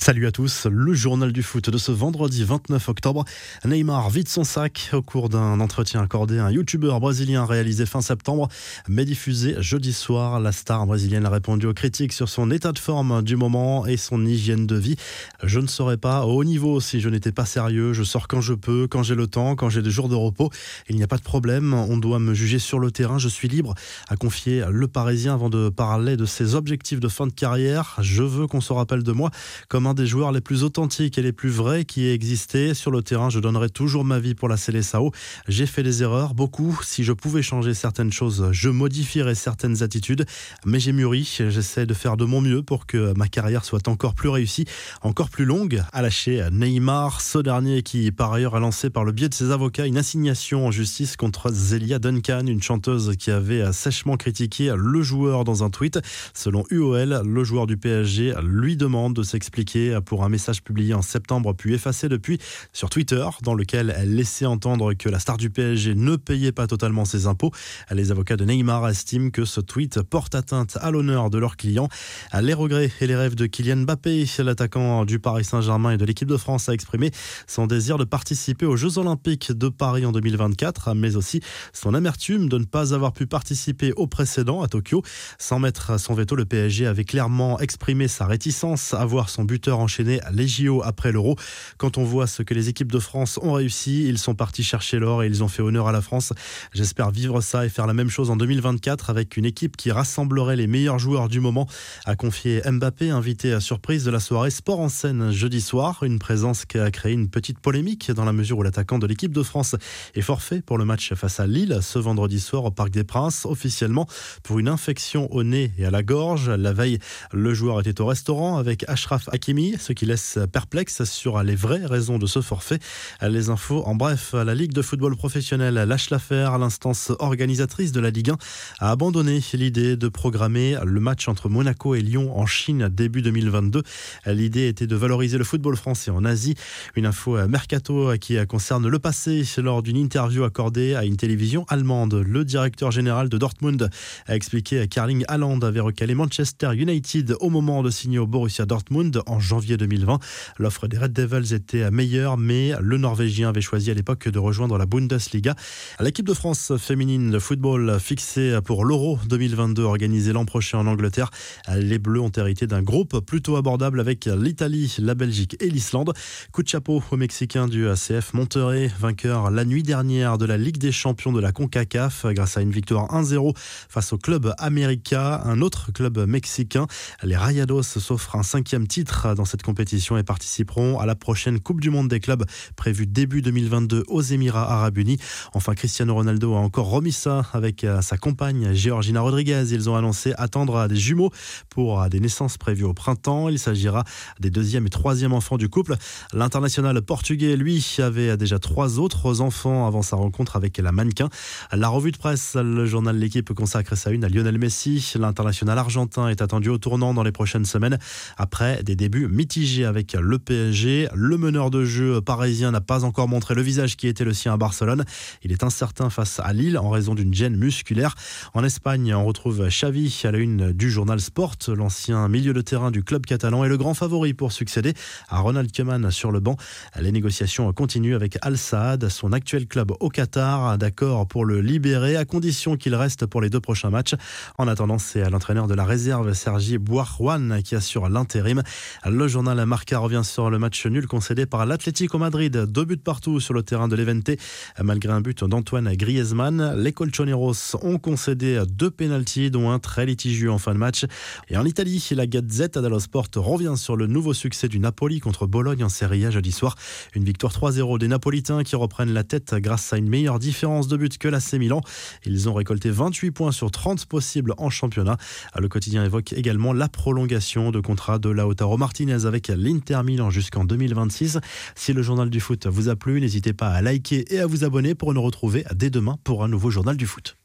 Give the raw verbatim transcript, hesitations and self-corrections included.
Salut à tous, le journal du foot de ce vendredi vingt-neuf octobre. Neymar vide son sac au cours d'un entretien accordé à un youtubeur brésilien réalisé fin septembre, mais diffusé jeudi soir. La star brésilienne a répondu aux critiques sur son état de forme du moment et son hygiène de vie. Je ne serais pas au haut niveau si je n'étais pas sérieux. Je sors quand je peux, quand j'ai le temps, quand j'ai des jours de repos. Il n'y a pas de problème, on doit me juger sur le terrain. Je suis libre, a confié le Parisien avant de parler de ses objectifs de fin de carrière. Je veux qu'on se rappelle de moi comme un des joueurs les plus authentiques et les plus vrais qui aient existé. Sur le terrain, je donnerai toujours ma vie pour la Seleção. J'ai fait des erreurs, beaucoup. Si je pouvais changer certaines choses, je modifierais certaines attitudes. Mais j'ai mûri. J'essaie de faire de mon mieux pour que ma carrière soit encore plus réussie, encore plus longue. A lâché Neymar, ce dernier qui, par ailleurs, a lancé par le biais de ses avocats une assignation en justice contre Zelia Duncan, une chanteuse qui avait sèchement critiqué le joueur dans un tweet. Selon U O L, le joueur du P S G lui demande de s'expliquer pour un message publié en septembre puis effacé depuis sur Twitter, dans lequel elle laissait entendre que la star du P S G ne payait pas totalement ses impôts. Les avocats de Neymar estiment que ce tweet porte atteinte à l'honneur de leurs clients. Les regrets et les rêves de Kylian Mbappé, l'attaquant du Paris Saint-Germain et de l'équipe de France, a exprimé son désir de participer aux Jeux Olympiques de Paris en deux mille vingt-quatre, mais aussi son amertume de ne pas avoir pu participer au précédent à Tokyo. Sans mettre son veto, le P S G avait clairement exprimé sa réticence à voir son buteur enchaîné les J O après l'Euro. Quand on voit ce que les équipes de France ont réussi, ils sont partis chercher l'or et ils ont fait honneur à la France. J'espère vivre ça et faire la même chose en deux mille vingt-quatre avec une équipe qui rassemblerait les meilleurs joueurs du moment, a confié Mbappé, invité à surprise de la soirée Sport en scène jeudi soir. Une présence qui a créé une petite polémique dans la mesure où l'attaquant de l'équipe de France est forfait pour le match face à Lille ce vendredi soir au Parc des Princes, officiellement pour une infection au nez et à la gorge. La veille, le joueur était au restaurant avec Achraf Hakimi, ce qui laisse perplexe sur les vraies raisons de ce forfait. Les infos en bref, la Ligue de football professionnel lâche l'affaire. L'instance organisatrice de la Ligue un a abandonné l'idée de programmer le match entre Monaco et Lyon en Chine début deux mille vingt-deux. L'idée était de valoriser le football français en Asie. Une info mercato qui concerne le passé. Lors d'une interview accordée à une télévision allemande, le directeur général de Dortmund a expliqué qu'Erling Haaland avait recalé Manchester United au moment de signer au Borussia Dortmund en janvier deux mille vingt. L'offre des Red Devils était meilleure, mais le Norvégien avait choisi à l'époque de rejoindre la Bundesliga. L'équipe de France féminine de football fixée pour l'Euro deux mille vingt-deux organisé l'an prochain en Angleterre. Les Bleus ont hérité d'un groupe plutôt abordable avec l'Italie, la Belgique et l'Islande. Coup de chapeau aux Mexicains du C F Monterrey, vainqueur la nuit dernière de la Ligue des champions de la CONCACAF grâce à une victoire un zéro face au club América, un autre club mexicain. Les Rayados s'offrent un cinquième titre dans cette compétition et participeront à la prochaine Coupe du Monde des clubs prévue début deux mille vingt-deux aux Émirats Arabes Unis. Enfin, Cristiano Ronaldo a encore remis ça avec sa compagne Georgina Rodriguez. Ils ont annoncé attendre des jumeaux pour des naissances prévues au printemps. Il s'agira des deuxième et troisième enfants du couple. L'international portugais, lui, avait déjà trois autres enfants avant sa rencontre avec la mannequin. La revue de presse, le journal L'Équipe consacre sa une à Lionel Messi. L'international argentin est attendu au tournant dans les prochaines semaines après des débuts mitigé avec le P S G. Le meneur de jeu parisien n'a pas encore montré le visage qui était le sien à Barcelone. Il est incertain face à Lille en raison d'une gêne musculaire. En Espagne, on retrouve Xavi à la une du journal Sport. L'ancien milieu de terrain du club catalan est le grand favori pour succéder à Ronald Koeman sur le banc. Les négociations continuent avec Al Saad, son actuel club au Qatar, d'accord pour le libérer à condition qu'il reste pour les deux prochains matchs. En attendant, c'est l'entraîneur de la réserve, Sergi Buarjuan, qui assure l'intérim. Le journal Marca revient sur le match nul concédé par l'Atlético Madrid. Deux buts partout sur le terrain de l'Evente. Malgré un but d'Antoine Griezmann, les Colchoneros ont concédé deux pénaltys, dont un très litigieux en fin de match. Et en Italie, la Gazzetta dello Sport revient sur le nouveau succès du Napoli contre Bologne en Serie A jeudi soir. Une victoire trois zéro des Napolitains qui reprennent la tête grâce à une meilleure différence de but que l'A C Milan. Ils ont récolté vingt-huit points sur trente possibles en championnat. Le quotidien évoque également la prolongation de contrat de Lautaro Martinez avec l'Inter Milan jusqu'en deux mille vingt-six. Si le journal du foot vous a plu, n'hésitez pas à liker et à vous abonner pour nous retrouver dès demain pour un nouveau journal du foot.